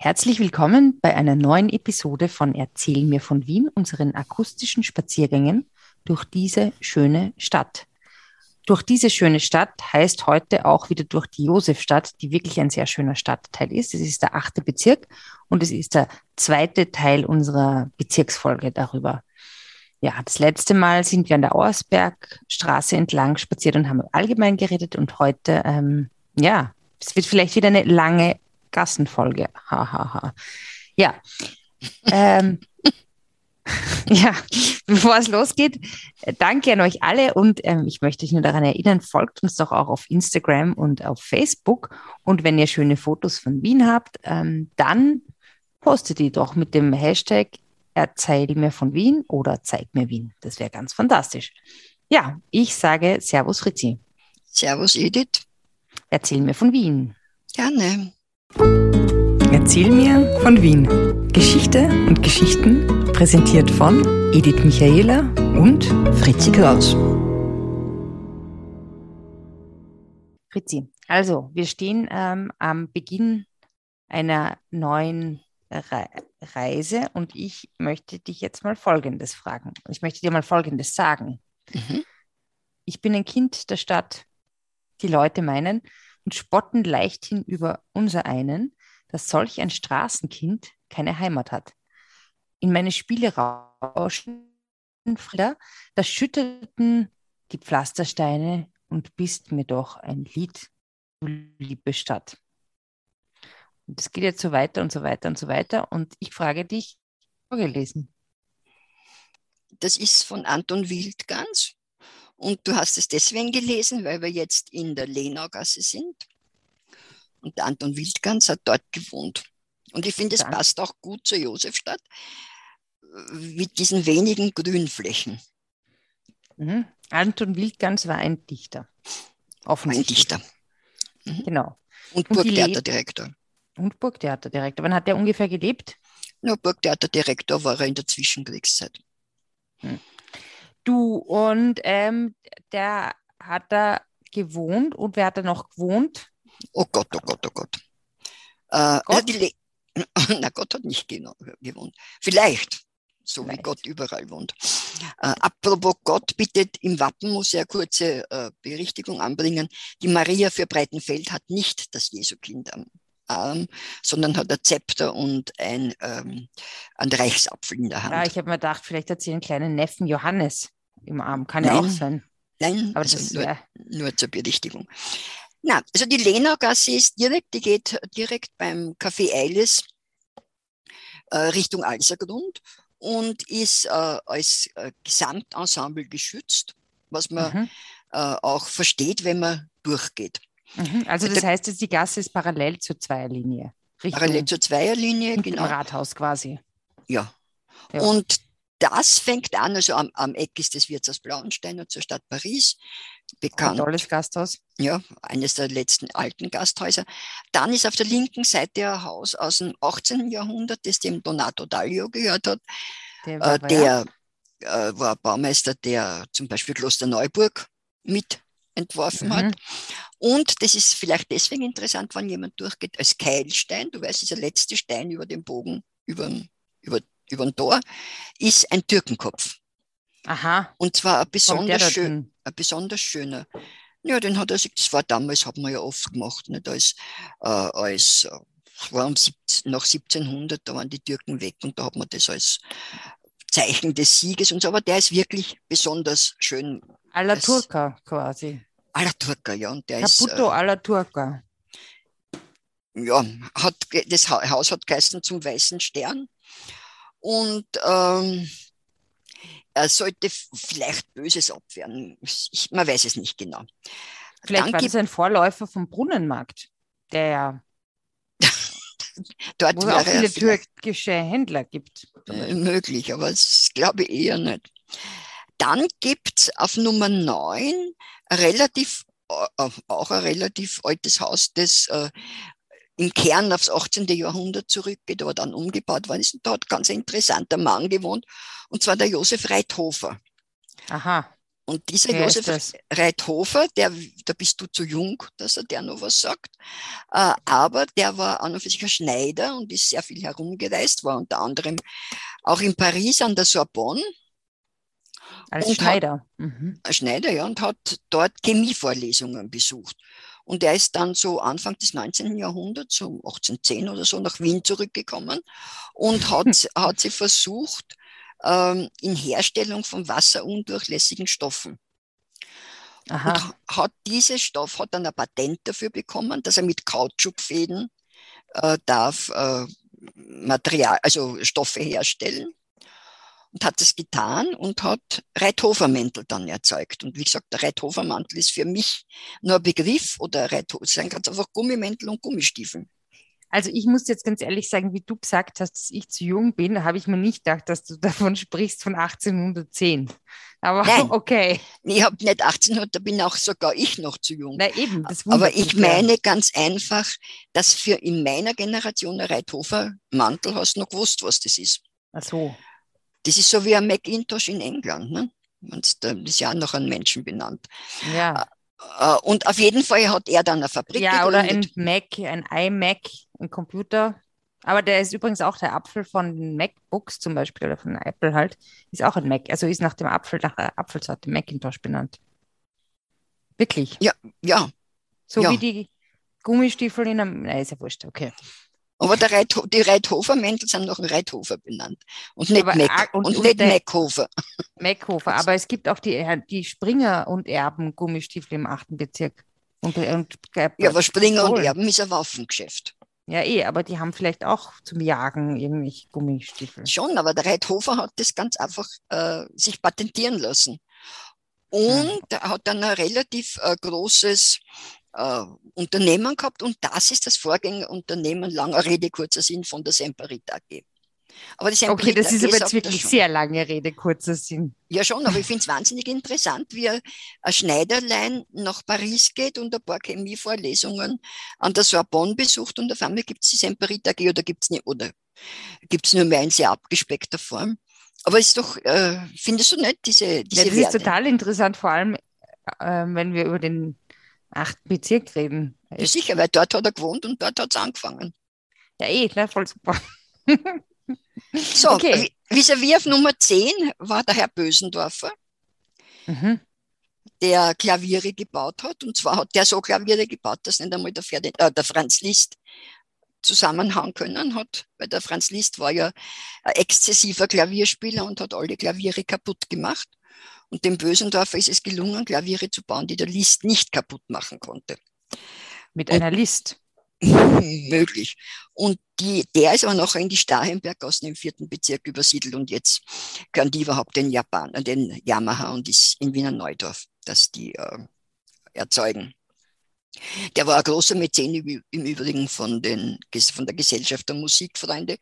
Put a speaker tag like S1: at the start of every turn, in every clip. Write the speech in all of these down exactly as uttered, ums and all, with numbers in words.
S1: Herzlich willkommen bei einer neuen Episode von Erzähl mir von Wien, unseren akustischen Spaziergängen durch diese schöne Stadt. Durch diese schöne Stadt heißt heute auch wieder durch die Josefstadt, die wirklich ein sehr schöner Stadtteil ist. Es ist der achte Bezirk und es ist der zweite Teil unserer Bezirksfolge darüber. Ja, das letzte Mal sind wir an der Auersbergstraße entlang spaziert und haben allgemein geredet und heute, ähm, ja, es wird vielleicht wieder eine lange Gassenfolge. Ha, ha, ha. Ja, ähm, ja, bevor es losgeht, äh, danke an euch alle und ähm, ich möchte euch nur daran erinnern, folgt uns doch auch auf Instagram und auf Facebook und wenn ihr schöne Fotos von Wien habt, ähm, dann postet die doch mit dem Hashtag Erzähl mir von Wien oder zeig mir Wien. Das wäre ganz fantastisch. Ja, ich sage Servus Fritzi.
S2: Servus Edith.
S1: Erzähl mir von Wien.
S2: Gerne.
S1: Erzähl mir von Wien. Geschichte und Geschichten präsentiert von Edith Michaela und Fritzi Kraus. Fritzi, also wir stehen ähm, am Beginn einer neuen Re- Reise und ich möchte dich jetzt mal Folgendes fragen. Ich möchte dir mal Folgendes sagen.
S2: Mhm.
S1: Ich bin ein Kind der Stadt. Die Leute meinen und spotten leichthin über unser einen, dass solch ein Straßenkind keine Heimat hat. In meine Spiele rauschen, Frieda, da schüttelten die Pflastersteine und bist mir doch ein Lied, du liebe Stadt. Und das geht jetzt so weiter und so weiter und so weiter. Und ich frage dich, vorgelesen.
S2: Das ist von Anton Wildgans und du hast es deswegen gelesen, weil wir jetzt in der Lenaugasse sind und der Anton Wildgans hat dort gewohnt. Und ich finde, es
S1: Dann,
S2: passt auch gut zur Josefstadt äh, mit diesen wenigen Grünflächen.
S1: mhm. Anton Wildgans war ein Dichter,
S2: Ein
S1: offensichtlich.
S2: Dichter. Mhm.
S1: Genau.
S2: Und
S1: Und die Le
S2: Burgtheaterdirektor.
S1: und Burgtheaterdirektor. Wann hat der ungefähr gelebt?
S2: Nur Burgtheaterdirektor war er in der Zwischenkriegszeit.
S1: Hm. Du, und ähm, der hat da gewohnt und wer hat da noch gewohnt?
S2: Oh Gott, oh Gott, oh Gott. Äh, also die
S1: Gott?
S2: Le Na, Gott hat nicht genau gewohnt. Vielleicht, so wie
S1: Vielleicht.
S2: Gott überall wohnt. Äh, apropos Gott, bitte im Wappen muss ich eine kurze äh, Berichtigung anbringen. Die Maria für Breitenfeld hat nicht das Jesukind am Arm, sondern hat ein Zepter und ein, ähm, einen Reichsapfel in der
S1: Ja,
S2: Hand.
S1: ich habe mir gedacht, vielleicht hat sie einen kleinen Neffen Johannes im Arm. Kann ja auch
S2: Nein,
S1: sein.
S2: nein,
S1: Aber
S2: also
S1: das
S2: nur,
S1: wäre.
S2: nur zur Berichtigung. Na, also die Lenaugasse ist direkt, die geht direkt beim Café Eilis äh, Richtung Alsergrund und ist äh, als äh, Gesamtensemble geschützt, was man
S1: Mhm.
S2: äh, auch versteht, wenn man durchgeht.
S1: Mhm. Also
S2: Der,
S1: das heißt, jetzt die Gasse ist parallel zur Zweierlinie.
S2: parallel
S1: Richtung
S2: zur Zweierlinie,
S1: hinter dem
S2: genau.
S1: Rathaus quasi.
S2: Ja.
S1: Ja,
S2: Und das fängt an, also am, am Eck ist das Wirtshaus Blauensteiner zur Stadt Paris,
S1: auch ein
S2: bekannt,
S1: tolles Gasthaus.
S2: ja, eines der letzten alten Gasthäuser. Dann ist auf der linken Seite ein Haus aus dem achtzehnten Jahrhundert, das dem Donato Daglio gehört hat.
S1: Der
S2: Äh,
S1: war, ja.
S2: der äh, war Baumeister, der zum Beispiel Klosterneuburg mit entworfen hat.
S1: Mhm.
S2: Und das ist vielleicht deswegen interessant, wenn jemand durchgeht, als Keilstein, du weißt, dieser letzte Stein über dem Bogen, über, über, über dem Tor, ist ein Türkenkopf.
S1: Aha,
S2: Und zwar ein
S1: kommt der
S2: besonders, schön,
S1: dorthin?
S2: ein besonders schöner. Ja, den hat er sich, das war damals, hat man ja oft gemacht, nicht als, äh, als äh, war um siebzehn, nach siebzehnhundert, da waren die Türken weg und da hat man das als Zeichen des Sieges und so, aber der ist wirklich besonders schön.
S1: Alla
S2: Als
S1: Turca quasi.
S2: aller Turker, ja, und der ist,
S1: Caputo
S2: äh,
S1: alla Turca.
S2: ja, hat, das Haus hat geheißen zum Weißen Stern und ähm, er sollte vielleicht Böses abwehren. Ich, man weiß es nicht genau.
S1: Vielleicht
S2: Dann
S1: war das
S2: gibt
S1: ein Vorläufer vom Brunnenmarkt, der ja, wo
S2: dort
S1: es auch
S2: wäre er
S1: viele
S2: vielleicht
S1: türkische Händler gibt, zum
S2: äh,
S1: Beispiel.
S2: möglich, aber das glaube ich eher nicht. Dann gibt es auf Nummer neun relativ, äh, auch ein relativ altes Haus, das äh, im Kern aufs achtzehnten Jahrhundert zurückgeht, aber dann umgebaut worden ist. Und da hat ganz ein interessanter Mann gewohnt, und zwar der Josef Reithofer.
S1: Aha,
S2: Und dieser
S1: Wer ist
S2: Josef
S1: das?
S2: Reithofer, der, da bist du zu jung, dass er der noch was sagt, äh, aber der war an und für sich ein Schneider und ist sehr viel herumgereist, war unter anderem auch in Paris an der Sorbonne
S1: Als
S2: und hat,
S1: Schneider. Mhm.
S2: ein Schneider, ja, und hat dort Chemievorlesungen besucht. Und er ist dann so Anfang des neunzehnten. Jahrhunderts, so achtzehnhundertzehn oder so, nach Wien zurückgekommen und hat, hat sie versucht, ähm, in Herstellung von wasserundurchlässigen Stoffen. Und
S1: Aha.
S2: hat diese Stoff, hat dann ein Patent dafür bekommen, dass er mit Kautschukfäden äh, darf äh, Material, also Stoffe herstellen. Und hat es getan und hat Reithofer-Mäntel dann erzeugt. Und wie gesagt, der Reithofer-Mantel ist für mich nur ein Begriff oder Reithofer, es sind ganz einfach Gummimäntel und Gummistiefeln.
S1: Also ich muss jetzt ganz ehrlich sagen, wie du gesagt hast, dass ich zu jung bin, habe ich mir nicht gedacht, dass du davon sprichst von achtzehnhundertzehn. Aber
S2: Nein,
S1: okay.
S2: ich habe nicht achtzehnhundert, da bin auch sogar ich noch zu jung.
S1: Na eben, das
S2: Aber
S1: wundert
S2: ich
S1: mich ja.
S2: meine ganz einfach, dass für in meiner Generation ein Reithofer-Mantel hast du noch gewusst, was das ist.
S1: Ach so.
S2: Das ist so wie ein Macintosh in England. Ne? Das ist ja auch nach einem Menschen benannt.
S1: Ja.
S2: Und auf jeden Fall hat er dann eine Fabrik
S1: Ja, oder
S2: gegründet.
S1: ein Mac, ein iMac, ein Computer. Aber der ist übrigens auch der Apfel von den MacBooks zum Beispiel oder von Apple halt, ist auch ein Mac. Also ist nach dem Apfel, nach der Apfelsorte Macintosh benannt. Wirklich.
S2: Ja, ja,
S1: So wie
S2: ja.
S1: die Gummistiefel in einem, nein, ist ja wurscht, okay.
S2: Aber der Reit, die Reithofer-Mäntel sind nach dem Reithofer benannt. Und nicht
S1: Aber, ah,
S2: Mac.
S1: und,
S2: Und
S1: und
S2: nicht
S1: der
S2: Mackhofer.
S1: Mackhofer, aber es gibt auch die, die Springer und Erben Gummistiefel im achten Bezirk. Und, und äh,
S2: Ja, aber Springer und
S1: Pistolen.
S2: Erben ist ein Waffengeschäft.
S1: Ja, eh, aber die haben vielleicht auch zum Jagen irgendwelche Gummistiefel.
S2: Schon, aber der Reithofer hat das ganz einfach äh, sich patentieren lassen.
S1: Hm.
S2: Und er hat dann ein relativ äh, großes äh, Unternehmen gehabt und das ist das Vorgängerunternehmen, langer Rede, kurzer Sinn, von der Semperit A G. Aber die
S1: Okay,
S2: Semperit
S1: das ist
S2: A G
S1: aber jetzt
S2: sagt das
S1: wirklich
S2: schon.
S1: sehr lange Rede, kurzer Sinn.
S2: Ja schon, aber ich finde es wahnsinnig interessant, wie ein Schneiderlein nach Paris geht und ein paar Chemievorlesungen an der Sorbonne besucht und auf einmal gibt es die Semperit A G oder gibt es nicht, oder gibt es nur mehr in sehr abgespeckter Form. Aber es ist doch, äh, findest du nicht, diese,
S1: Ja,
S2: diese
S1: das ist
S2: Werte?
S1: total interessant, vor allem, äh, wenn wir über den achten Bezirk reden.
S2: Ja,
S1: Jetzt,
S2: sicher, weil dort hat er gewohnt und dort hat es angefangen.
S1: ja, eh, na, voll super.
S2: So,
S1: Okay.
S2: vis-à-vis auf Nummer zehn war der Herr Bösendorfer,
S1: Mhm.
S2: der Klaviere gebaut hat. Und zwar hat der so Klaviere gebaut, dass nicht einmal der, Ferde, äh, der Franz Liszt zusammenhauen können hat, weil der Franz Liszt war ja ein exzessiver Klavierspieler und hat alle Klaviere kaputt gemacht. Und dem Bösendorfer ist es gelungen, Klaviere zu bauen, die der Liszt nicht kaputt machen konnte.
S1: Mit
S2: Und
S1: einer List.
S2: möglich. Und die, der ist aber nachher in die Starhembergassen im vierten Bezirk übersiedelt und jetzt gehören die überhaupt den Japan, äh, den Yamaha und ist in Wiener Neudorf, dass die äh, erzeugen. Der war ein großer Mäzen im Übrigen von, den, von der Gesellschaft der Musikfreunde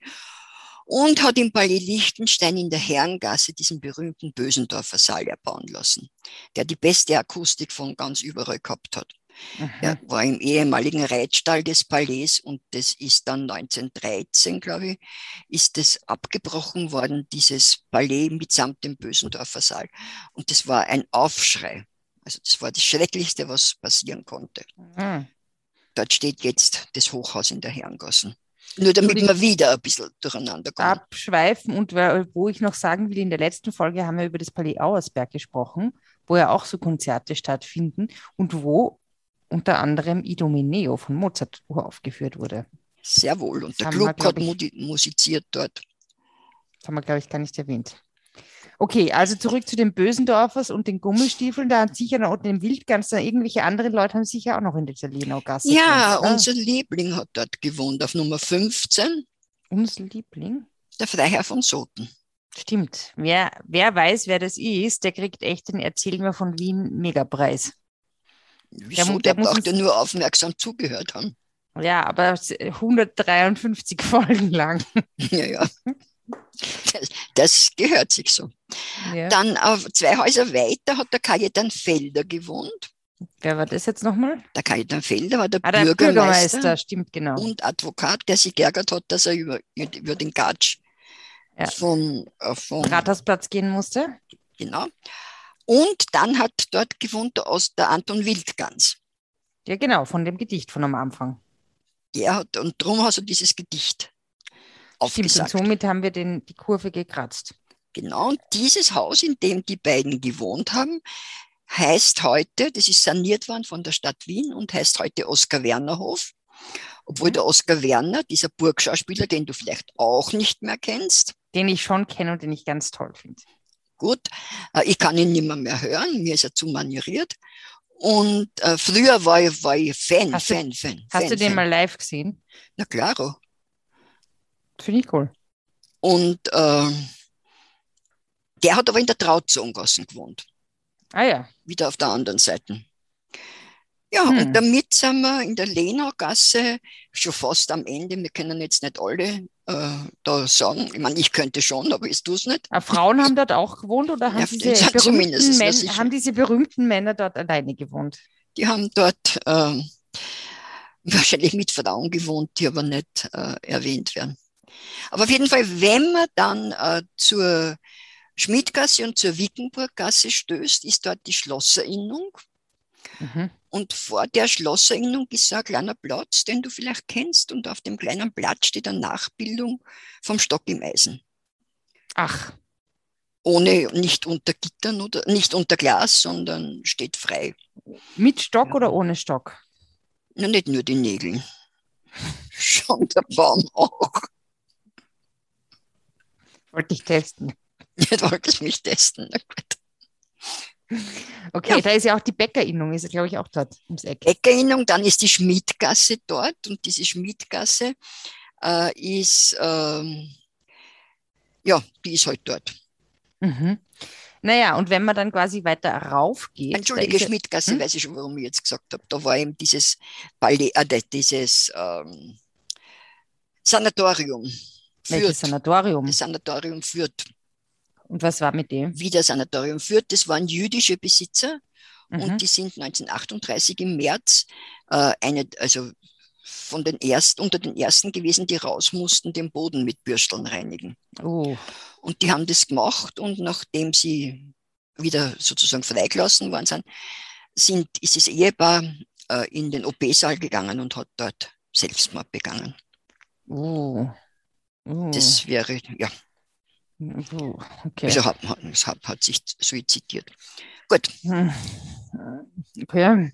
S2: und hat im Palais Liechtenstein in der Herrengasse diesen berühmten Bösendorfer Saal erbauen lassen, der die beste Akustik von ganz überall gehabt hat.
S1: Mhm.
S2: Er war im ehemaligen Reitstall des Palais und das ist dann neunzehnhundertdreizehn, glaube ich, ist das abgebrochen worden, dieses Palais mitsamt dem Bösendorfer Saal. Und das war ein Aufschrei. Also das war das Schrecklichste, was passieren konnte.
S1: Mhm.
S2: Dort steht jetzt das Hochhaus in der Herrengassen. Nur damit
S1: Entschuldigung,
S2: wir wieder ein bisschen durcheinander kommen.
S1: abschweifen und wo ich noch sagen will, in der letzten Folge haben wir über das Palais Auersberg gesprochen, wo ja auch so Konzerte stattfinden und wo unter anderem Idomeneo von Mozart aufgeführt wurde.
S2: Sehr wohl. Und
S1: Das
S2: der
S1: haben wir,
S2: Gluck hat
S1: glaub ich,
S2: musiziert dort.
S1: Das haben wir, glaube ich, gar nicht erwähnt. Okay, also zurück zu den Bösendorfers und den Gummistiefeln. Da hat sicher noch und den Wildgans, da irgendwelche anderen Leute haben sicher auch noch in dieser Lenaugasse
S2: Ja,
S1: gewohnt, oder?
S2: unser Liebling hat dort gewohnt, auf Nummer fünfzehn,
S1: Unser Liebling.
S2: der Freiherr von Soten.
S1: Stimmt. Wer, wer weiß, wer das ist, der kriegt echt den Erzähl mir von Wien Megapreis.
S2: Wieso?
S1: Der,
S2: Der,
S1: der muss
S2: braucht ja
S1: uns,
S2: nur aufmerksam zugehört haben.
S1: ja, aber hundertdreiundfünfzig Folgen lang.
S2: Ja, ja. Das, das gehört sich so.
S1: Ja.
S2: Dann auf zwei Häuser weiter hat der Kajetan Felder gewohnt.
S1: Wer war das jetzt nochmal?
S2: Der Kajetan Felder war der,
S1: Ah, der
S2: Bürgermeister,
S1: Bürgermeister, stimmt, genau.
S2: und Advokat, der sich geärgert hat, dass er über, über den Gatsch
S1: Ja.
S2: vom, äh, vom
S1: Rathausplatz gehen musste.
S2: genau. Und dann hat dort gewohnt der, Ost, der Anton Wildgans.
S1: Ja, genau, von dem Gedicht von am Anfang.
S2: Der hat, und darum hast du dieses Gedicht
S1: Stimmt, und
S2: aufgesagt.
S1: somit haben wir den, die Kurve gekratzt.
S2: Genau, und dieses Haus, in dem die beiden gewohnt haben, heißt heute, das ist saniert worden von der Stadt Wien und heißt heute Oskar-Werner-Hof. Obwohl
S1: Mhm.
S2: der Oskar Werner, dieser Burgschauspieler, den du vielleicht auch nicht mehr kennst,
S1: Den ich schon kenne und den ich ganz toll finde.
S2: gut, äh, ich kann ihn nicht mehr, mehr hören, mir ist er zu manieriert. Und äh, früher war ich, war ich Fan,
S1: Hast du,
S2: Fan, Fan,
S1: hast
S2: Fan,
S1: du den
S2: Fan.
S1: mal live gesehen?
S2: Na klaro.
S1: Finde ich cool.
S2: Und äh, der hat aber in der Trauzongassen gewohnt,
S1: Ah ja.
S2: wieder auf der anderen Seite. Ja, und
S1: Hm.
S2: damit sind wir in der Lenaugasse schon fast am Ende. Wir können jetzt nicht alle äh, da sagen. Ich meine, ich könnte schon, aber ich tue es nicht.
S1: Aber Frauen haben dort auch gewohnt oder haben
S2: Ja,
S1: diese
S2: zumindest,
S1: berühmten,
S2: na
S1: Män
S2: sicher.
S1: haben diese berühmten Männer dort alleine gewohnt?
S2: Die haben dort äh, wahrscheinlich mit Frauen gewohnt, die aber nicht äh, erwähnt werden. Aber auf jeden Fall, wenn man dann äh, zur Schmidgasse und zur Wickenburggasse stößt, ist dort die Schlosserinnung.
S1: Mhm.
S2: Und vor der Schlosserinnung ist so ein kleiner Platz, den du vielleicht kennst. Und auf dem kleinen Platz steht eine Nachbildung vom Stock im Eisen.
S1: Ach,
S2: Ohne, nicht unter Gittern oder nicht unter Glas, sondern steht frei.
S1: mit Stock
S2: Ja.
S1: oder ohne Stock?
S2: Na, nicht nur die Nägel. Schon der Baum auch.
S1: Wollte ich testen.
S2: Jetzt wollte ich mich testen. Na gut.
S1: Okay,
S2: Ja.
S1: da ist ja auch die Bäckerinnung, ist glaube ich auch dort ums Eck.
S2: Bäckerinnung, dann ist die Schmidgasse dort. Und diese Schmidgasse äh, ist, ähm, ja, die ist halt dort.
S1: Mhm. Naja, und wenn man dann quasi weiter rauf geht,
S2: Entschuldige,
S1: da ist ja,
S2: Schmidgasse,
S1: hm?
S2: weiß ich schon, warum ich jetzt gesagt habe. Da war eben dieses, Ballet, äh, dieses ähm, Sanatorium
S1: Welches
S2: Fürth.
S1: Sanatorium?
S2: Das Sanatorium Fürth.
S1: Und was war mit dem?
S2: Wie das Sanatorium Fürth, das waren jüdische Besitzer und
S1: Mhm.
S2: die sind neunzehnhundertachtunddreißig im März äh, eine, also von den ersten, unter den ersten gewesen, die raus mussten, den Boden mit Bürsteln reinigen.
S1: Oh,
S2: Und die haben das gemacht und nachdem sie wieder sozusagen freigelassen worden sind, sind ist das Ehepaar äh, in den O P-Saal gegangen und hat dort Selbstmord begangen.
S1: oh, oh,
S2: Das wäre, ja,
S1: oh, okay.
S2: also hat, hat, hat, hat sich suizidiert. Gut,
S1: Hm. Okay.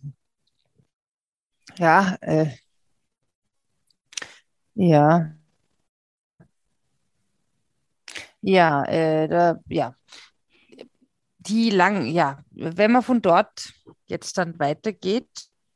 S1: Ja, äh, ja, ja, äh, da, ja. Die lang, ja, wenn man von dort jetzt dann weitergeht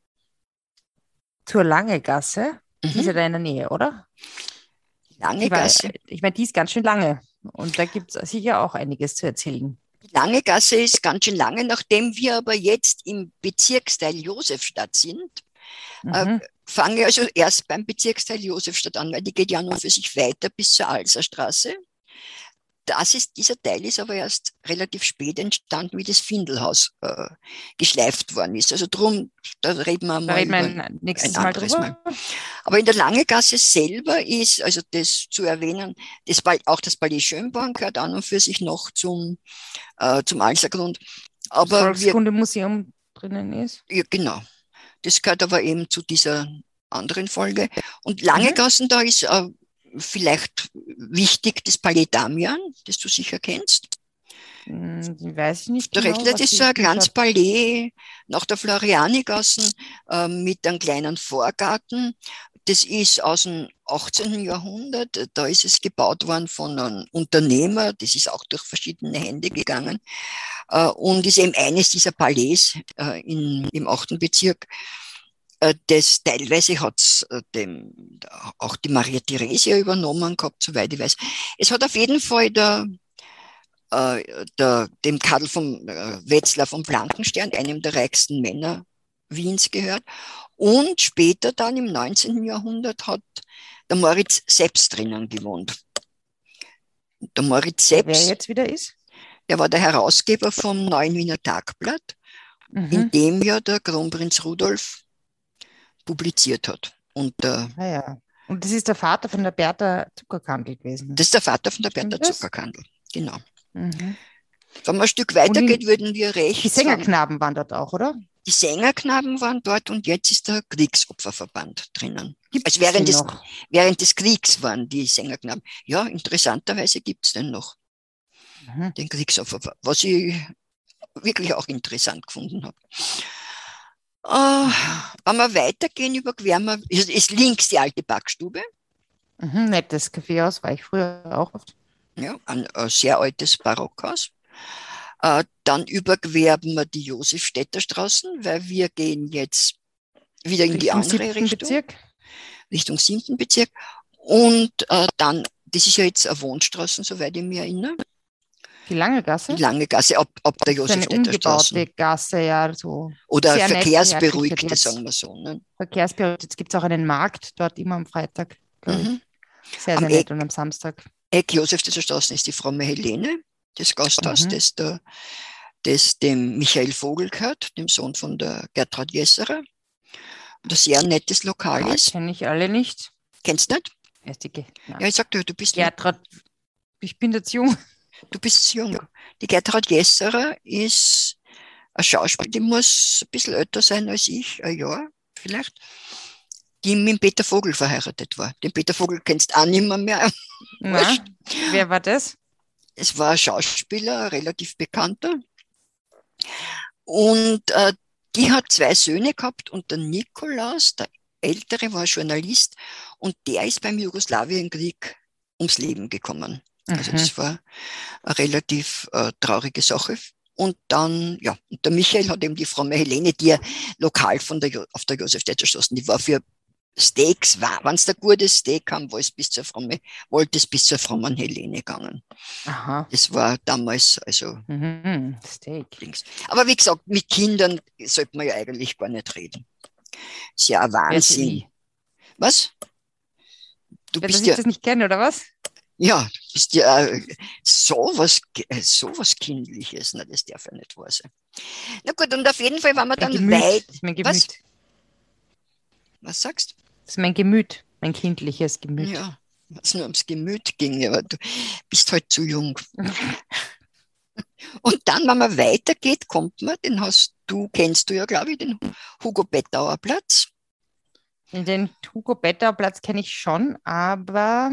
S1: zur Lange Gasse, die ist ja
S2: mhm.
S1: da in der Nähe, oder?
S2: Lange
S1: Die war,
S2: Gasse.
S1: ich meine, die ist ganz schön lange. Und da gibt es sicher auch einiges zu erzählen.
S2: Die Lange Gasse ist ganz schön lange, nachdem wir aber jetzt im Bezirksteil Josefstadt sind, äh,
S1: Mhm.
S2: fange ich also erst beim Bezirksteil Josefstadt an, weil die geht ja nun für sich weiter bis zur Alserstraße. Das ist, dieser Teil ist aber erst relativ spät entstanden, wie das Findelhaus äh, geschleift worden ist. Also drum, da reden wir
S1: Da
S2: mal
S1: reden wir
S2: über
S1: ein
S2: ein
S1: nächstes Mal
S2: anderes Mal.
S1: drüber.
S2: Aber in der Lange Gasse selber ist, also das zu erwähnen, das, auch das Palais Schönborn gehört an und für sich noch zum, äh, zum Alsergrund.
S1: Das
S2: Aber wir,
S1: Volkskundemuseum drinnen ist.
S2: ja, genau, das gehört aber eben zu dieser anderen Folge. Und Lange
S1: Mhm.
S2: Gassen, da ist äh, vielleicht wichtig das Palais Damian, das du sicher kennst.
S1: Hm, die weiß ich nicht
S2: Der
S1: genau,
S2: Reckler,
S1: was
S2: das ist
S1: die
S2: so ein
S1: wie
S2: kleines
S1: schaut.
S2: Palais nach der Florianigassen äh, mit einem kleinen Vorgarten. Das ist aus dem achtzehnten. Jahrhundert. Da ist es gebaut worden von einem Unternehmer. Das ist auch durch verschiedene Hände gegangen. Äh, und ist eben eines dieser Palais äh, in, im achten Bezirk. Äh, das teilweise hat es äh, dem, auch die Maria Theresia übernommen gehabt, soweit ich weiß. Es hat auf jeden Fall der äh, der, dem Karl von äh, Wetzlar von Blankenstein, einem der reichsten Männer Wiens, gehört. Und später dann im neunzehnten. Jahrhundert hat der Moritz Seps drinnen gewohnt. Der Moritz
S1: Der wer
S2: Seps,
S1: jetzt wieder ist?
S2: der war der Herausgeber vom Neuen Wiener Tagblatt, in
S1: Mhm.
S2: dem ja der Kronprinz Rudolf publiziert hat. Und äh,
S1: Ah ja. Und das ist der Vater von der Bertha Zuckerkandel gewesen.
S2: das ist der Vater von der Bertha
S1: Stimmt das?
S2: Zuckerkandel. Genau.
S1: Mhm.
S2: Wenn man ein Stück
S1: Und
S2: weiter
S1: in,
S2: geht, würden wir
S1: die
S2: rechts.
S1: Sängerknaben waren dort auch, oder?
S2: Die Sängerknaben waren dort und jetzt ist der Kriegsopferverband drinnen.
S1: Gibt
S2: Also
S1: es den
S2: während des,
S1: noch?
S2: während des Kriegs waren die Sängerknaben. Ja, interessanterweise gibt es den noch,
S1: Mhm.
S2: den Kriegsopferverband, was ich wirklich auch interessant gefunden habe. Äh,
S1: Mhm.
S2: wenn wir weitergehen, überqueren wir, ist, ist links die alte Backstube,
S1: Mhm. Nettes Kaffeehaus, war ich früher auch oft.
S2: ja, ein, ein sehr altes Barockhaus. Äh, dann überqueren wir die Josefstädter Straßen, weil wir gehen jetzt wieder in die
S1: Richtung
S2: andere
S1: siebten
S2: Richtung,
S1: Bezirk.
S2: Richtung siebten Bezirk. Und äh, dann, das ist ja jetzt eine Wohnstraße, soweit ich mich erinnere,
S1: Die Lange
S2: die
S1: Gasse.
S2: lange Gasse ab, ab der
S1: Das ist eine
S2: Josefstädter
S1: umgebaute
S2: Straße.
S1: Gasse, ja, so
S2: Oder
S1: sehr nett hergerichtet
S2: verkehrsberuhigte,
S1: jetzt.
S2: sagen wir so. Ne?
S1: Verkehrsberuhigt. Jetzt gibt es auch einen Markt dort immer am Freitag, glaube
S2: Mhm.
S1: ich. Sehr,
S2: Am
S1: sehr
S2: Eck,
S1: nett und am Samstag.
S2: Eck Josefstädter Straße ist die fromme Helene, das Gasthaus,
S1: Mhm.
S2: das, der, das dem Michael Vogel gehört, dem Sohn von der Gertrud Jesserer. Und ein sehr nettes Lokal ist.
S1: Kenne ich alle nicht.
S2: Kennst du nicht?
S1: Erst die Ge
S2: Ja,
S1: Na.
S2: ich sagte, du bist nicht,
S1: Gertrud, ich bin jetzt jung.
S2: du bist jung. Die Gertrud Jesserer ist ein Schauspiel, die muss ein bisschen älter sein als ich, ein Jahr vielleicht, die mit dem Peter Vogel verheiratet war. Den Peter Vogel kennst du auch nicht mehr. mehr.
S1: Na, wer war das?
S2: Es war ein Schauspieler, ein relativ bekannter. Und äh, die hat zwei Söhne gehabt und der Nikolaus, der Ältere, war Journalist und der ist beim Jugoslawienkrieg ums Leben gekommen. Also
S1: Mhm.
S2: das war eine relativ äh, traurige Sache. Und dann, ja, und der Michael hat eben die Frau Helene, die ja lokal von der, auf der Josefstädter Straße, die war für Steaks, wenn es da gutes Steak haben, wollte es bis zur fromme, wollte es bis zur frommen Helene gegangen.
S1: Aha.
S2: Das war damals, also
S1: Mhm. Steak.
S2: links. Aber wie gesagt, mit Kindern sollte man ja eigentlich gar nicht reden. Ist ja ein
S1: Wer ist
S2: Wahnsinn.
S1: wie?
S2: Was? Du
S1: Ja, dass
S2: bist
S1: ich
S2: ja,
S1: das nicht kenne, oder was?
S2: ja, du bist ja äh, sowas, äh, sowas Kindliches. Na, das darf ja nicht wahr sein. Na gut, und auf jeden Fall waren wir
S1: Mein
S2: dann
S1: Gemüt.
S2: weit.
S1: Das ist mein
S2: Was?
S1: Gemüt.
S2: Was sagst du?
S1: Das ist mein Gemüt. Mein kindliches Gemüt.
S2: Ja, wenn es nur ums Gemüt ging, aber du bist halt zu jung. Und dann, wenn man weitergeht, kommt man, den hast du, kennst du ja, glaube ich, den Hugo Bettauer Platz.
S1: Den Hugo Bettauer Platz kenne ich schon, aber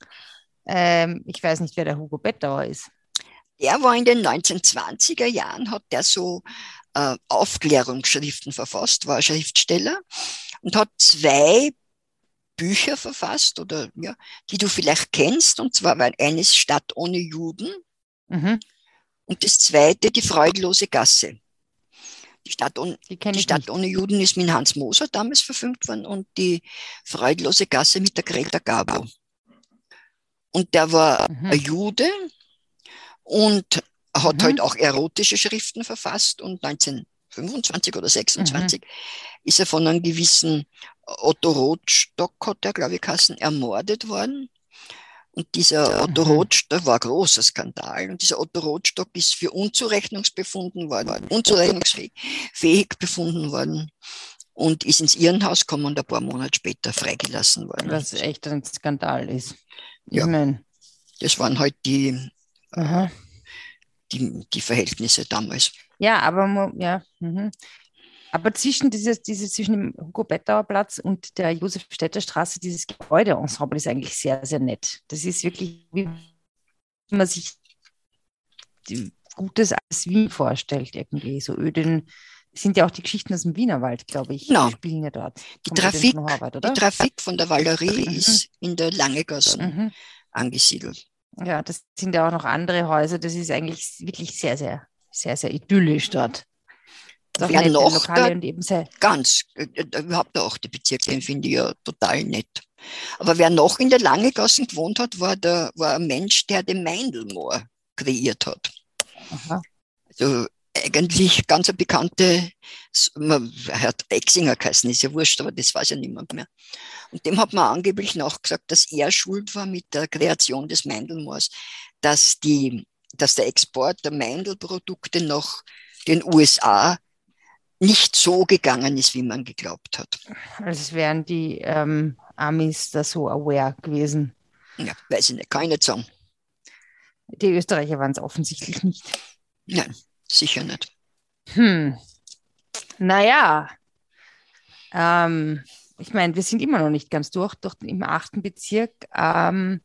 S1: ähm, ich weiß nicht, wer der Hugo Bettauer ist.
S2: Der war in den neunzehnhundertzwanziger Jahren, hat der so äh, Aufklärungsschriften verfasst, war Schriftsteller und hat zwei Bücher verfasst, oder ja, die du vielleicht kennst, und zwar war eines Stadt ohne Juden
S1: Mhm.
S2: und das zweite die freudlose Gasse. Die Stadt, ohne,
S1: Die kenne
S2: die
S1: ich
S2: Stadt
S1: nicht.
S2: ohne Juden ist mit Hans Moser damals verfilmt worden und die freudlose Gasse mit der Greta Garbo. Und der war
S1: Mhm.
S2: ein Jude und hat
S1: Mhm.
S2: halt auch erotische Schriften verfasst und neunzehnhundertfünfundzwanzig oder sechsundzwanzig
S1: Mhm.
S2: ist er von einem gewissen Otto Rothstock, hat er, glaube ich, geheißen, ermordet worden. Und dieser Otto
S1: Mhm.
S2: Rothstock war ein großer Skandal. Und dieser Otto Rothstock ist für unzurechnungsbefunden worden, unzurechnungsfähig befunden worden und ist ins Irrenhaus gekommen und ein paar Monate später freigelassen worden.
S1: Was echt ein Skandal ist. Ich
S2: Ja,
S1: meine,
S2: das waren halt die,
S1: aha.
S2: die, die Verhältnisse damals.
S1: Ja, aber mo- ja. Mhm. Aber zwischen dieses, dieses, zwischen dem Hugo Bettauer Platz und der Josefstädter Straße, dieses Gebäudeensemble ist eigentlich sehr, sehr nett. Das ist wirklich, wie man sich die- Gutes als Wien vorstellt, irgendwie. So Öden, es sind ja auch die Geschichten aus dem Wienerwald, glaube ich,
S2: Genau.
S1: spielen ja dort.
S2: Die
S1: Vom Öden
S2: Trafik,
S1: von Horvath,
S2: die
S1: oder?
S2: Trafik von der Valerie
S1: Mhm.
S2: ist in der Langegassen
S1: Mhm.
S2: angesiedelt.
S1: Ja, das sind ja auch noch andere Häuser. Das ist eigentlich wirklich sehr, sehr, sehr, sehr idyllisch dort. Ist auch
S2: Wer
S1: nette
S2: noch da
S1: Lokale und eben sehr.
S2: ganz, äh, äh, überhaupt auch die Bezirke, den finde ich ja total nett. Aber wer noch in der Langegassen gewohnt hat, war, der, war ein Mensch, der den Meindelmoor kreiert hat.
S1: Aha.
S2: Also eigentlich ganz eine bekannte, man hat Exinger geheißen, ist ja wurscht, aber das weiß ja niemand mehr. Und dem hat man angeblich nachgesagt, dass er schuld war mit der Kreation des Meindelmoors, dass, die, dass der Export der Meindelprodukte nach den U S A nicht so gegangen ist, wie man geglaubt hat.
S1: Als wären die ähm, Amis da so aware gewesen.
S2: Ja, weiß ich nicht, kann ich nicht sagen.
S1: Die Österreicher waren es offensichtlich nicht.
S2: Nein, sicher nicht.
S1: Hm, naja, ähm, ich meine, wir sind immer noch nicht ganz durch, durch den, im achten Bezirk, ähm,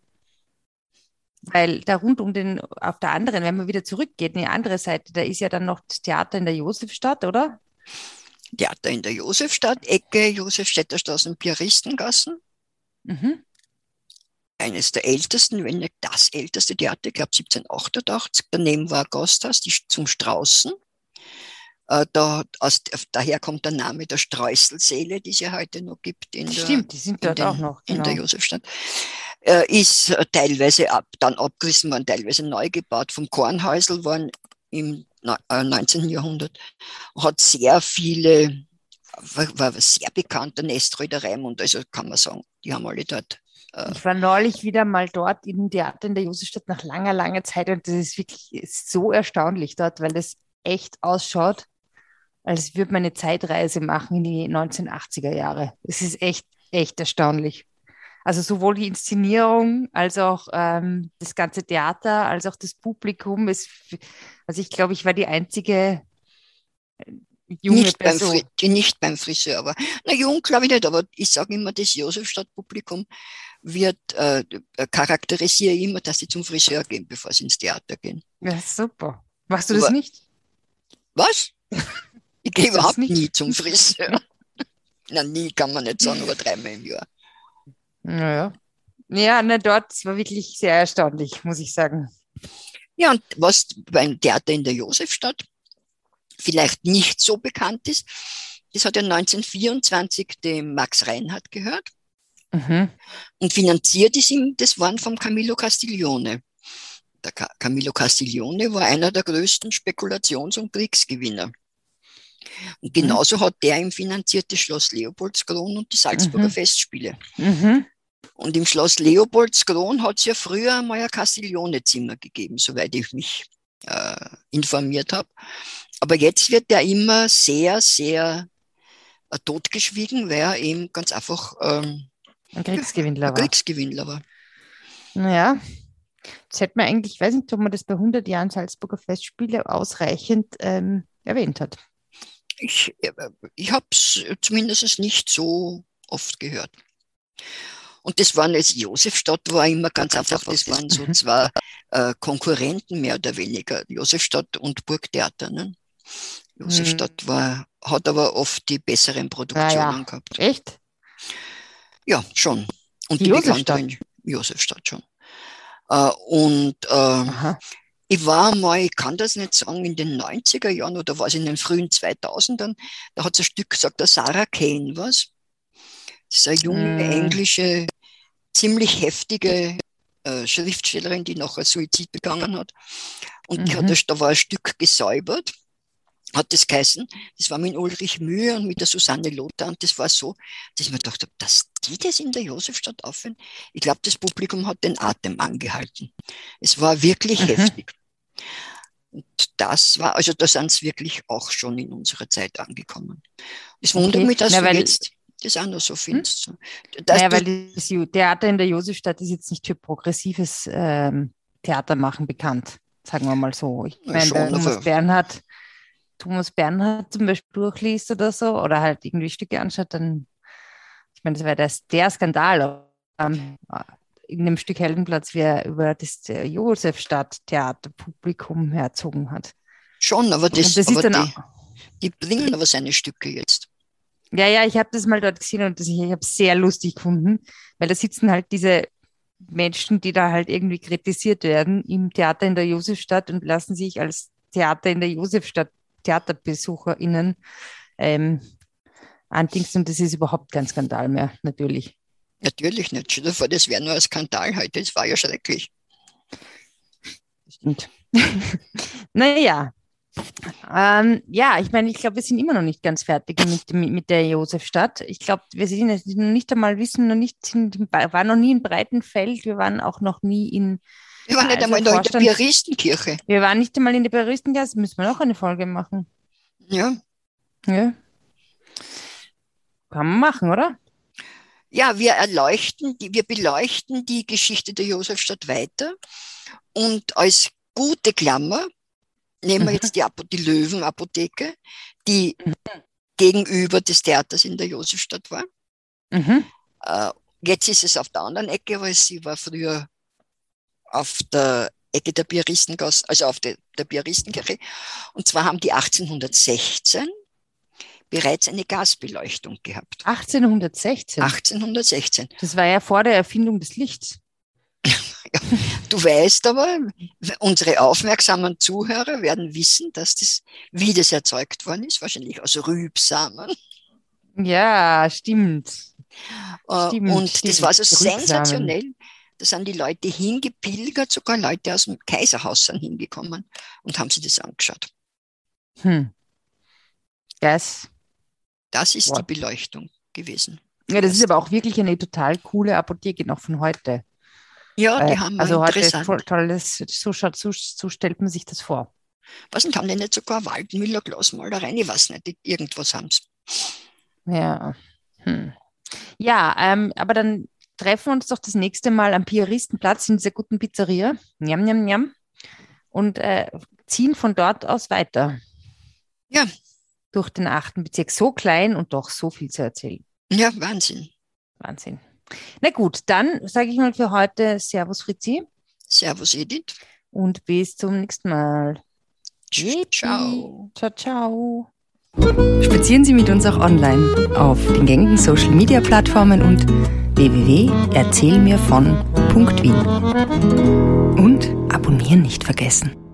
S1: weil da rund um den, auf der anderen, wenn man wieder zurückgeht, in die andere Seite, da ist ja dann noch das Theater in der Josefstadt, oder?
S2: Theater in der Josefstadt, Ecke Josefstädter Straße und Piaristengassen.
S1: Mhm.
S2: Eines der ältesten, wenn nicht das älteste Theater, ich glaube siebzehnhundertachtundachtzig. Daneben war ein Gasthaus, die zum Straußen. Äh, da, aus, daher kommt der Name der Streusselsäle, die es ja heute noch gibt in der,
S1: Stimmt, die sind
S2: in
S1: dort auch
S2: den,
S1: noch,
S2: in der
S1: genau.
S2: Josefstadt. Äh, ist äh, teilweise ab, dann abgerissen worden, teilweise neu gebaut. Vom Kornhäusl waren im äh, neunzehnten. Jahrhundert, hat sehr viele, war, war sehr bekannter Neströder Raimund, also kann man sagen, die haben alle dort. Äh,
S1: Ich war neulich wieder mal dort im Theater in der Josefstadt nach langer, langer Zeit und das ist wirklich ist so erstaunlich dort, weil das echt ausschaut, als würde man eine Zeitreise machen in die neunzehnhundertachtziger Jahre. Es ist echt, echt erstaunlich. Also sowohl die Inszenierung als auch ähm, das ganze Theater, als auch das Publikum. Ist, also ich glaube, ich war die einzige junge
S2: Nicht beim, Fri
S1: Person.
S2: die nicht beim Friseur, aber na jung glaube ich nicht, aber ich sage immer, das Josefstadt-Publikum wird, äh, charakterisiere ich immer, dass sie zum Friseur gehen, bevor sie ins Theater gehen.
S1: Ja, super. Machst du das
S2: Aber
S1: nicht?
S2: was? Ich gehe
S1: Machst du das
S2: überhaupt
S1: nicht?
S2: nie zum Friseur. Na, nie kann man nicht sagen, aber dreimal im Jahr.
S1: Naja. Ja, ne, dort war wirklich sehr erstaunlich, muss ich sagen.
S2: Ja, und was beim Theater in der Josefstadt vielleicht nicht so bekannt ist, das hat ja neunzehnhundertvierundzwanzig dem Max Reinhardt gehört
S1: Mhm.
S2: und finanziert ist ihm, das waren vom Camillo Castiglione. Der Camillo Castiglione war einer der größten Spekulations- und Kriegsgewinner. Und
S1: Mhm.
S2: genauso hat der ihm finanziert das Schloss Leopoldskron und die Salzburger
S1: Mhm.
S2: Festspiele.
S1: Mhm.
S2: Und im Schloss Leopoldskron hat es ja früher mal ein Castiglione-Zimmer gegeben, soweit ich mich äh, informiert habe. Aber jetzt wird der immer sehr, sehr äh, totgeschwiegen, weil er eben ganz einfach ähm,
S1: Ein
S2: ja, ein
S1: Kriegsgewinnler war.
S2: Kriegsgewinnler war.
S1: Naja, das hätte man eigentlich, ich weiß nicht, ob man das bei hundert Jahren Salzburger Festspiele ausreichend ähm, erwähnt hat.
S2: Ich, äh, ich habe es zumindest nicht so oft gehört. Und das waren jetzt, Josefstadt war immer ganz einfach, das waren so
S1: Mhm.
S2: zwei äh, Konkurrenten mehr oder weniger, Josefstadt und Burgtheater. Ne?
S1: Hm,
S2: Josefstadt war, hat aber oft die besseren Produktionen
S1: naja,
S2: gehabt.
S1: echt?
S2: Ja, schon. Und
S1: Die
S2: die
S1: Josefstadt.
S2: bekannteren Josefstadt schon. Äh, und äh,
S1: Aha.
S2: ich war mal, ich kann das nicht sagen, in den neunziger Jahren oder was in den frühen zweitausendern, da hat es ein Stück gesagt, der Sarah Kane, was? Das ist eine junge
S1: Hm,
S2: englische, ziemlich heftige äh, Schriftstellerin, die nachher Suizid begangen hat. Und die hat,
S1: mhm.
S2: das- da war ein Stück gesäubert, hat das geheißen. Das war mit Ulrich Mühe und mit der Susanne Lothar. Und das war so, dass ich mir gedacht habe, dass die das in der Josefstadt aufführen. Ich glaube, das Publikum hat den Atem angehalten. Es war wirklich
S1: Mhm.
S2: heftig. Und das war, also da sind sie wirklich auch schon in unserer Zeit angekommen. Es wundert
S1: Okay.
S2: mich, dass
S1: Na,
S2: du
S1: weil,
S2: jetzt das auch noch so
S1: hm?
S2: findest. Dass
S1: Naja,
S2: du,
S1: weil das Ju- Theater in der Josefstadt ist jetzt nicht für progressives ähm, Theatermachen bekannt, sagen wir mal so. Ich
S2: na
S1: meine, wenn
S2: schon,
S1: Thomas
S2: aber
S1: Bernhard, Thomas Bernhard zum Beispiel durchliest oder so, oder halt irgendwie Stücke anschaut, dann, ich meine, das wäre das, der Skandal ähm, in dem Stück Heldenplatz, wie er über das äh, Josefstadt-Theaterpublikum herzogen hat.
S2: schon, aber
S1: Und
S2: das,
S1: das ist
S2: aber
S1: dann auch,
S2: die, die bringen aber seine Stücke jetzt.
S1: ja, ja, ich habe das mal dort gesehen und das, ich habe es sehr lustig gefunden, weil da sitzen halt diese Menschen, die da halt irgendwie kritisiert werden im Theater in der Josefstadt und lassen sich als Theater in der Josefstadt TheaterbesucherInnen ähm, andingsen und das ist überhaupt kein Skandal mehr, natürlich.
S2: Natürlich nicht. Stell dir vor, das wäre nur ein Skandal heute. Das war ja schrecklich.
S1: Stimmt. Naja, ähm, ja, ich meine, ich glaube, wir sind immer noch nicht ganz fertig mit, mit, mit der Josefstadt. Ich glaube, wir sind jetzt noch nicht einmal wissen, noch nicht, sind, waren noch nie in Breitenfeld, wir waren auch noch nie in,
S2: Wir waren nicht
S1: also
S2: einmal da in der
S1: Vorstand,
S2: Piaristenkirche.
S1: wir waren nicht einmal in der Beristengasse, müssen wir noch eine Folge machen.
S2: Ja.
S1: Ja, kann man machen, oder?
S2: Ja, wir erleuchten, die, wir beleuchten die Geschichte der Josefstadt weiter und als gute Klammer Nehmen wir
S1: Mhm.
S2: jetzt die, Apo- die Löwenapotheke, die
S1: Mhm.
S2: gegenüber des Theaters in der Josefstadt war.
S1: Mhm.
S2: Äh, jetzt ist es auf der anderen Ecke, weil sie war früher auf der Ecke der Piaristengasse, also auf der, der Piaristenkirche. Und zwar haben die achtzehnhundertsechzehn bereits eine Gasbeleuchtung gehabt.
S1: achtzehnhundertsechzehn.
S2: achtzehnhundertsechzehn.
S1: Das war ja vor der Erfindung des Lichts.
S2: Du weißt aber, unsere aufmerksamen Zuhörer werden wissen, dass das, wie das erzeugt worden ist, wahrscheinlich aus Rübsamen.
S1: Ja, stimmt.
S2: Äh,
S1: Stimmt,
S2: Und
S1: stimmt.
S2: das war so
S1: Die Rübsamen.
S2: sensationell. Da sind die Leute hingepilgert, sogar Leute aus dem Kaiserhaus sind hingekommen und haben sich das angeschaut.
S1: Hm. Das,
S2: Das ist
S1: Wow.
S2: die Beleuchtung gewesen.
S1: ja, das ist aber auch wirklich eine total coole Apotheke noch von heute.
S2: Ja, die
S1: Äh,
S2: haben wir
S1: also heute
S2: interessant.
S1: voll tolles, so, schaut, so, so stellt man sich das vor.
S2: Was nicht, haben die nicht sogar Waldmüller Glasmalerei? Ich weiß nicht, die- irgendwas haben sie.
S1: Ja. Hm. Ja, ähm, aber dann treffen wir uns doch das nächste Mal am Piaristenplatz in dieser guten Pizzeria. Njam, njam, njam. Und äh, ziehen von dort aus weiter.
S2: Ja.
S1: Durch den achten Bezirk. So klein und doch so viel zu erzählen.
S2: Ja, Wahnsinn.
S1: Wahnsinn. Na gut, dann sage ich mal für heute Servus Fritzi
S2: Servus Edith.
S1: und bis zum nächsten Mal.
S2: Ciao.
S1: Ciao, ciao. Spazieren Sie mit uns auch online auf den gängigen Social Media Plattformen und w w w punkt erzählmirvon punkt wien. Und abonnieren nicht vergessen.